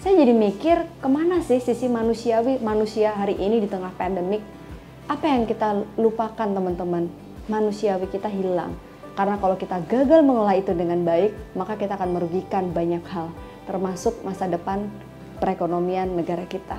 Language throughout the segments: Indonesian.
saya jadi mikir kemana sih sisi manusiawi manusia hari ini di tengah pandemik. Apa yang kita lupakan teman-teman? Manusiawi kita hilang. Karena kalau kita gagal mengelola itu dengan baik, maka kita akan merugikan banyak hal, termasuk masa depan perekonomian negara kita.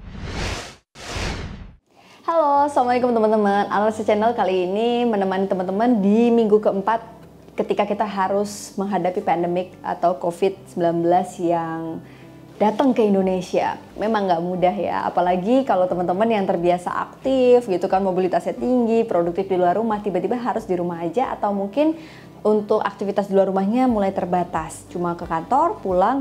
Halo, assalamualaikum teman-teman. Analisa Channel kali ini menemani teman-teman di minggu keempat ketika kita harus menghadapi pandemik atau COVID-19 yang datang ke Indonesia. Memang nggak mudah ya, apalagi kalau teman-teman yang terbiasa aktif gitu kan, mobilitasnya tinggi, produktif di luar rumah, tiba-tiba harus di rumah aja, atau mungkin untuk aktivitas di luar rumahnya mulai terbatas, cuma ke kantor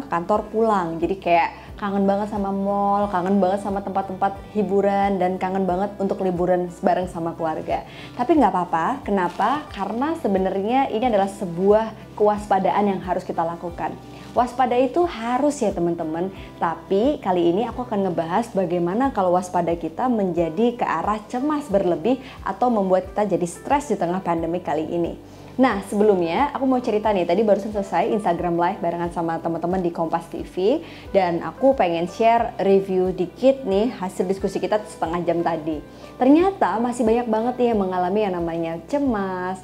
pulang, jadi kayak kangen banget sama mall, kangen banget sama tempat-tempat hiburan, dan kangen banget untuk liburan bareng sama keluarga. Tapi nggak apa-apa, kenapa? Karena sebenarnya ini adalah sebuah kewaspadaan yang harus kita lakukan. Waspada itu harus ya teman-teman, tapi kali ini aku akan ngebahas bagaimana kalau waspada kita menjadi ke arah cemas berlebih atau membuat kita jadi stres di tengah pandemi kali ini. Nah sebelumnya aku mau cerita nih, tadi barusan selesai Instagram Live barengan sama teman-teman di Kompas TV, dan aku pengen share review dikit nih hasil diskusi kita setengah jam tadi. Ternyata masih banyak banget nih yang mengalami yang namanya cemas,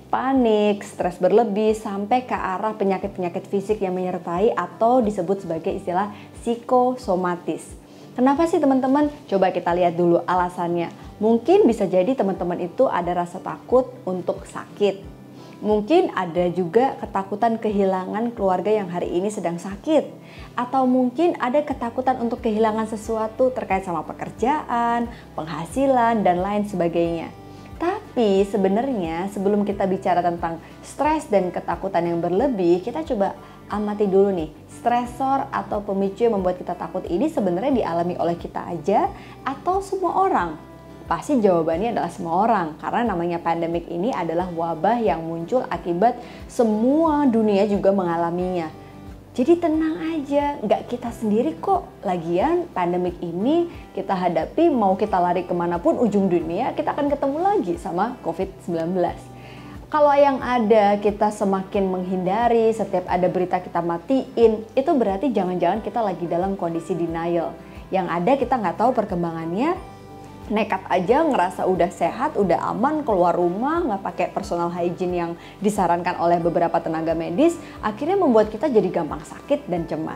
panik, stres berlebih, sampai ke arah penyakit-penyakit fisik yang menyertai atau disebut sebagai istilah psikosomatis. Kenapa sih teman-teman? Coba kita lihat dulu alasannya. Mungkin bisa jadi teman-teman itu ada rasa takut untuk sakit. Mungkin ada juga ketakutan kehilangan keluarga yang hari ini sedang sakit. Atau mungkin ada ketakutan untuk kehilangan sesuatu terkait sama pekerjaan, penghasilan, dan lain sebagainya. Tapi sebenarnya sebelum kita bicara tentang stres dan ketakutan yang berlebih, kita coba amati dulu nih, stresor atau pemicu yang membuat kita takut ini sebenarnya dialami oleh kita aja atau semua orang? Pasti jawabannya adalah semua orang, karena namanya pandemik ini adalah wabah yang muncul akibat semua dunia juga mengalaminya. Jadi tenang aja, nggak kita sendiri kok. Lagian pandemik ini kita hadapi, mau kita lari kemanapun ujung dunia, kita akan ketemu lagi sama COVID-19. Kalau yang ada kita semakin menghindari, setiap ada berita kita matiin, itu berarti jangan-jangan kita lagi dalam kondisi denial. Yang ada kita nggak tahu perkembangannya, nekat aja ngerasa udah sehat, udah aman, keluar rumah, nggak pakai personal hygiene yang disarankan oleh beberapa tenaga medis, akhirnya membuat kita jadi gampang sakit dan cemas.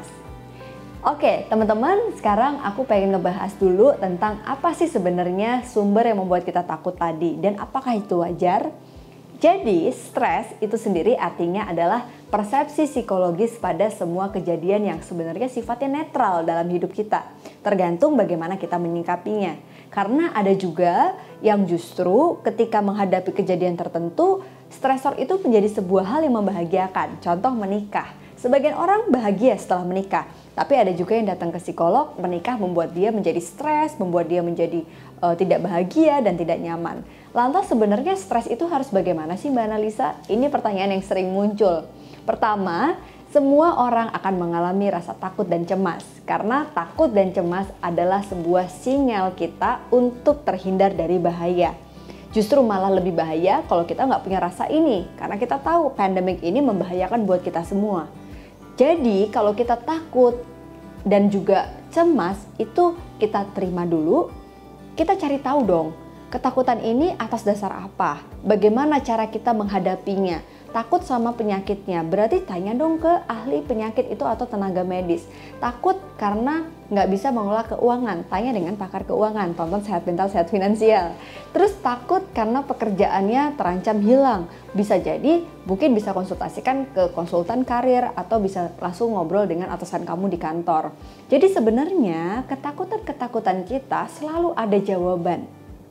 Oke teman-teman, sekarang aku pengen ngebahas dulu tentang apa sih sebenarnya sumber yang membuat kita takut tadi, dan apakah itu wajar? Jadi stres itu sendiri artinya adalah persepsi psikologis pada semua kejadian yang sebenarnya sifatnya netral dalam hidup kita, tergantung bagaimana kita menyikapinya. Karena ada juga yang justru ketika menghadapi kejadian tertentu, stresor itu menjadi sebuah hal yang membahagiakan. Contoh menikah, sebagian orang bahagia setelah menikah, tapi ada juga yang datang ke psikolog, menikah membuat dia menjadi stres, membuat dia menjadi tidak bahagia dan tidak nyaman. Lantas sebenarnya stres itu harus bagaimana sih Mbak Analisa? Ini pertanyaan yang sering muncul. Pertama, semua orang akan mengalami rasa takut dan cemas, karena takut dan cemas adalah sebuah sinyal kita untuk terhindar dari bahaya. Justru malah lebih bahaya kalau kita nggak punya rasa ini, karena kita tahu pandemik ini membahayakan buat kita semua. Jadi kalau kita takut dan juga cemas, itu kita terima dulu, kita cari tahu dong, ketakutan ini atas dasar apa? Bagaimana cara kita menghadapinya? Takut sama penyakitnya, berarti tanya dong ke ahli penyakit itu atau tenaga medis. Takut karena nggak bisa mengelola keuangan, tanya dengan pakar keuangan, tonton Sehat Mental Sehat Finansial. Terus takut karena pekerjaannya terancam hilang, bisa jadi mungkin bisa konsultasikan ke konsultan karir atau bisa langsung ngobrol dengan atasan kamu di kantor. Jadi sebenarnya ketakutan-ketakutan kita selalu ada jawaban.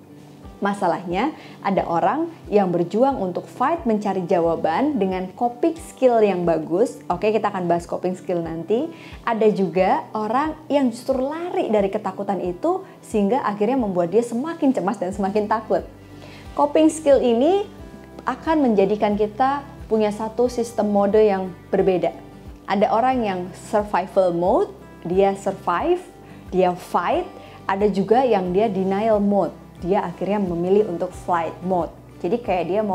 Masalahnya ada orang yang berjuang untuk fight mencari jawaban dengan coping skill yang bagus. Oke, kita akan bahas coping skill nanti. Ada juga orang yang justru lari dari ketakutan itu sehingga akhirnya membuat dia semakin cemas dan semakin takut. Coping skill ini akan menjadikan kita punya satu sistem mode yang berbeda. Ada orang yang survival mode, dia survive, dia fight. Ada juga yang dia denial mode, dia akhirnya memilih untuk flight mode. Jadi kayak dia mau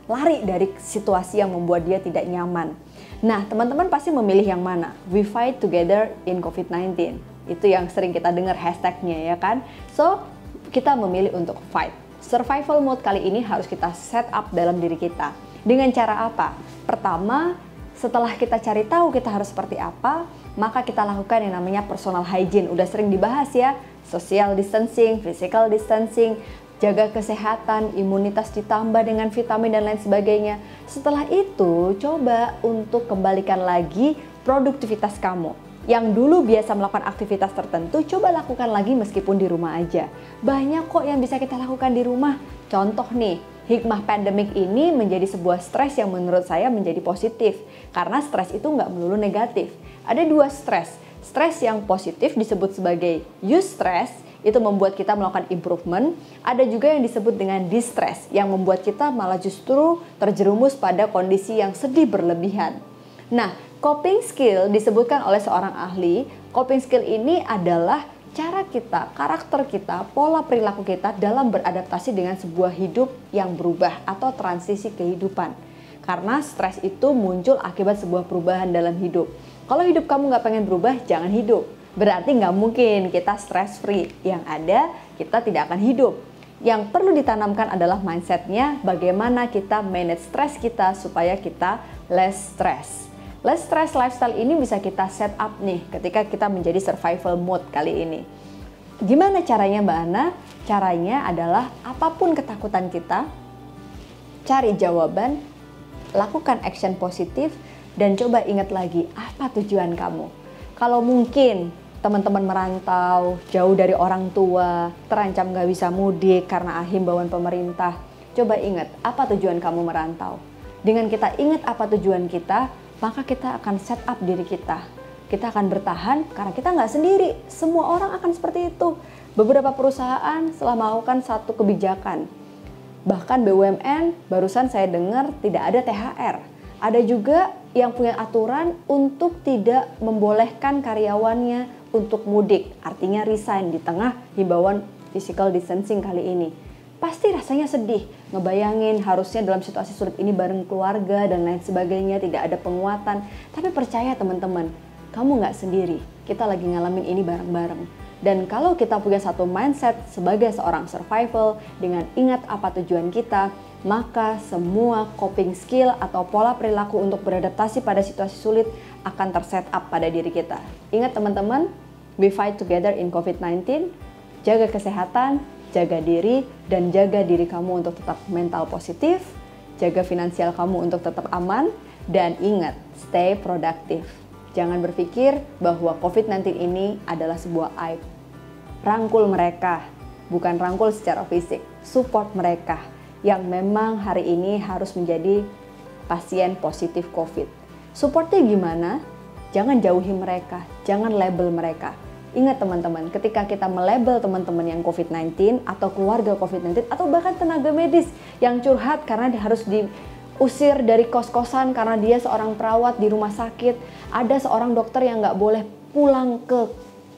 lari dari situasi yang membuat dia tidak nyaman. Nah, teman-teman pasti memilih yang mana? We fight together in COVID-19. Itu yang sering kita dengar hashtagnya ya kan? So, kita memilih untuk fight. Survival mode kali ini harus kita set up dalam diri kita. Dengan cara apa? Pertama, setelah kita cari tahu kita harus seperti apa, maka kita lakukan yang namanya personal hygiene. Udah sering dibahas ya, social distancing, physical distancing, jaga kesehatan, imunitas ditambah dengan vitamin dan lain sebagainya. Setelah itu, coba untuk kembalikan lagi produktivitas kamu. Yang dulu biasa melakukan aktivitas tertentu, coba lakukan lagi meskipun di rumah aja. Banyak kok yang bisa kita lakukan di rumah. Contoh nih, hikmah pandemik ini menjadi sebuah stres yang menurut saya menjadi positif. Karena stres itu nggak melulu negatif. Ada dua stres. Stres yang positif disebut sebagai eustress, itu membuat kita melakukan improvement. Ada juga yang disebut dengan distress, yang membuat kita malah justru terjerumus pada kondisi yang sedih berlebihan. Nah, coping skill disebutkan oleh seorang ahli. Coping skill ini adalah cara kita, karakter kita, pola perilaku kita dalam beradaptasi dengan sebuah hidup yang berubah atau transisi kehidupan. Karena stres itu muncul akibat sebuah perubahan dalam hidup. Kalau hidup kamu nggak pengen berubah, jangan hidup. Berarti nggak mungkin kita stress free. Yang ada, kita tidak akan hidup. Yang perlu ditanamkan adalah mindsetnya, bagaimana kita manage stres kita supaya kita less stress. Less stress lifestyle ini bisa kita set up nih ketika kita menjadi survival mode kali ini. Gimana caranya Mbak Ana? Caranya adalah apapun ketakutan kita, cari jawaban, lakukan action positif, dan coba ingat lagi apa tujuan kamu. Kalau mungkin teman-teman merantau, jauh dari orang tua, terancam gak bisa mudik karena himbauan pemerintah, coba ingat apa tujuan kamu merantau. Dengan kita ingat apa tujuan kita, maka kita akan set up diri kita. Kita akan bertahan karena kita nggak sendiri. Semua orang akan seperti itu. Beberapa perusahaan setelah melakukan satu kebijakan, bahkan BUMN barusan saya dengar tidak ada THR. Ada juga yang punya aturan untuk tidak membolehkan karyawannya untuk mudik, artinya resign di tengah himbauan physical distancing kali ini. Pasti rasanya sedih, ngebayangin harusnya dalam situasi sulit ini bareng keluarga dan lain sebagainya, tidak ada penguatan. Tapi percaya teman-teman, kamu nggak sendiri, kita lagi ngalamin ini bareng-bareng. Dan kalau kita punya satu mindset sebagai seorang survival dengan ingat apa tujuan kita, maka semua coping skill atau pola perilaku untuk beradaptasi pada situasi sulit akan terset up pada diri kita. Ingat teman-teman, we fight together in COVID-19, jaga kesehatan, jaga diri, dan jaga diri kamu untuk tetap mental positif, jaga finansial kamu untuk tetap aman, dan ingat, stay produktif. Jangan berpikir bahwa COVID-19 ini adalah sebuah aib. Rangkul mereka, bukan rangkul secara fisik, support mereka yang memang hari ini harus menjadi pasien positif COVID. Supportnya gimana? Jangan jauhi mereka, jangan label mereka. Ingat teman-teman, ketika kita melabel teman-teman yang COVID-19 atau keluarga COVID-19 atau bahkan tenaga medis yang curhat karena harus diusir dari kos-kosan karena dia seorang perawat di rumah sakit, ada seorang dokter yang nggak boleh pulang ke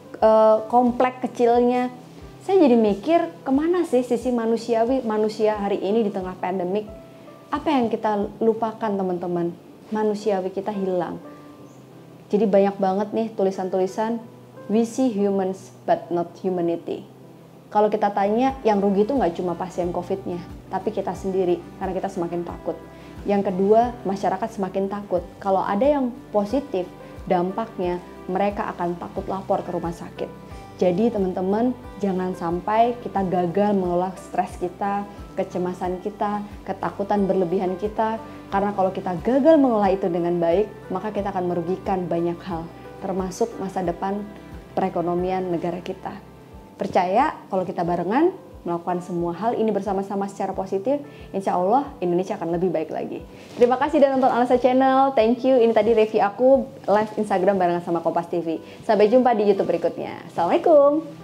komplek kecilnya. Saya jadi mikir, kemana sih sisi manusiawi manusia hari ini di tengah pandemik? Apa yang kita lupakan teman-teman? Manusiawi kita hilang. Jadi banyak banget nih tulisan-tulisan, we see humans but not humanity. Kalau kita tanya, yang rugi itu nggak cuma pasien COVID-nya, tapi kita sendiri, karena kita semakin takut. Yang kedua, masyarakat semakin takut. Kalau ada yang positif, dampaknya mereka akan takut lapor ke rumah sakit. Jadi teman-teman, jangan sampai kita gagal mengelola stres kita, kecemasan kita, ketakutan berlebihan kita. Karena kalau kita gagal mengelola itu dengan baik, maka kita akan merugikan banyak hal, termasuk masa depan perekonomian negara kita. Percaya kalau kita barengan melakukan semua hal ini bersama-sama secara positif, insya Allah Indonesia akan lebih baik lagi. Terima kasih sudah nonton Analisa Channel, thank you. Ini tadi review aku live Instagram barengan sama Kompas TV. Sampai jumpa di YouTube berikutnya. Assalamualaikum.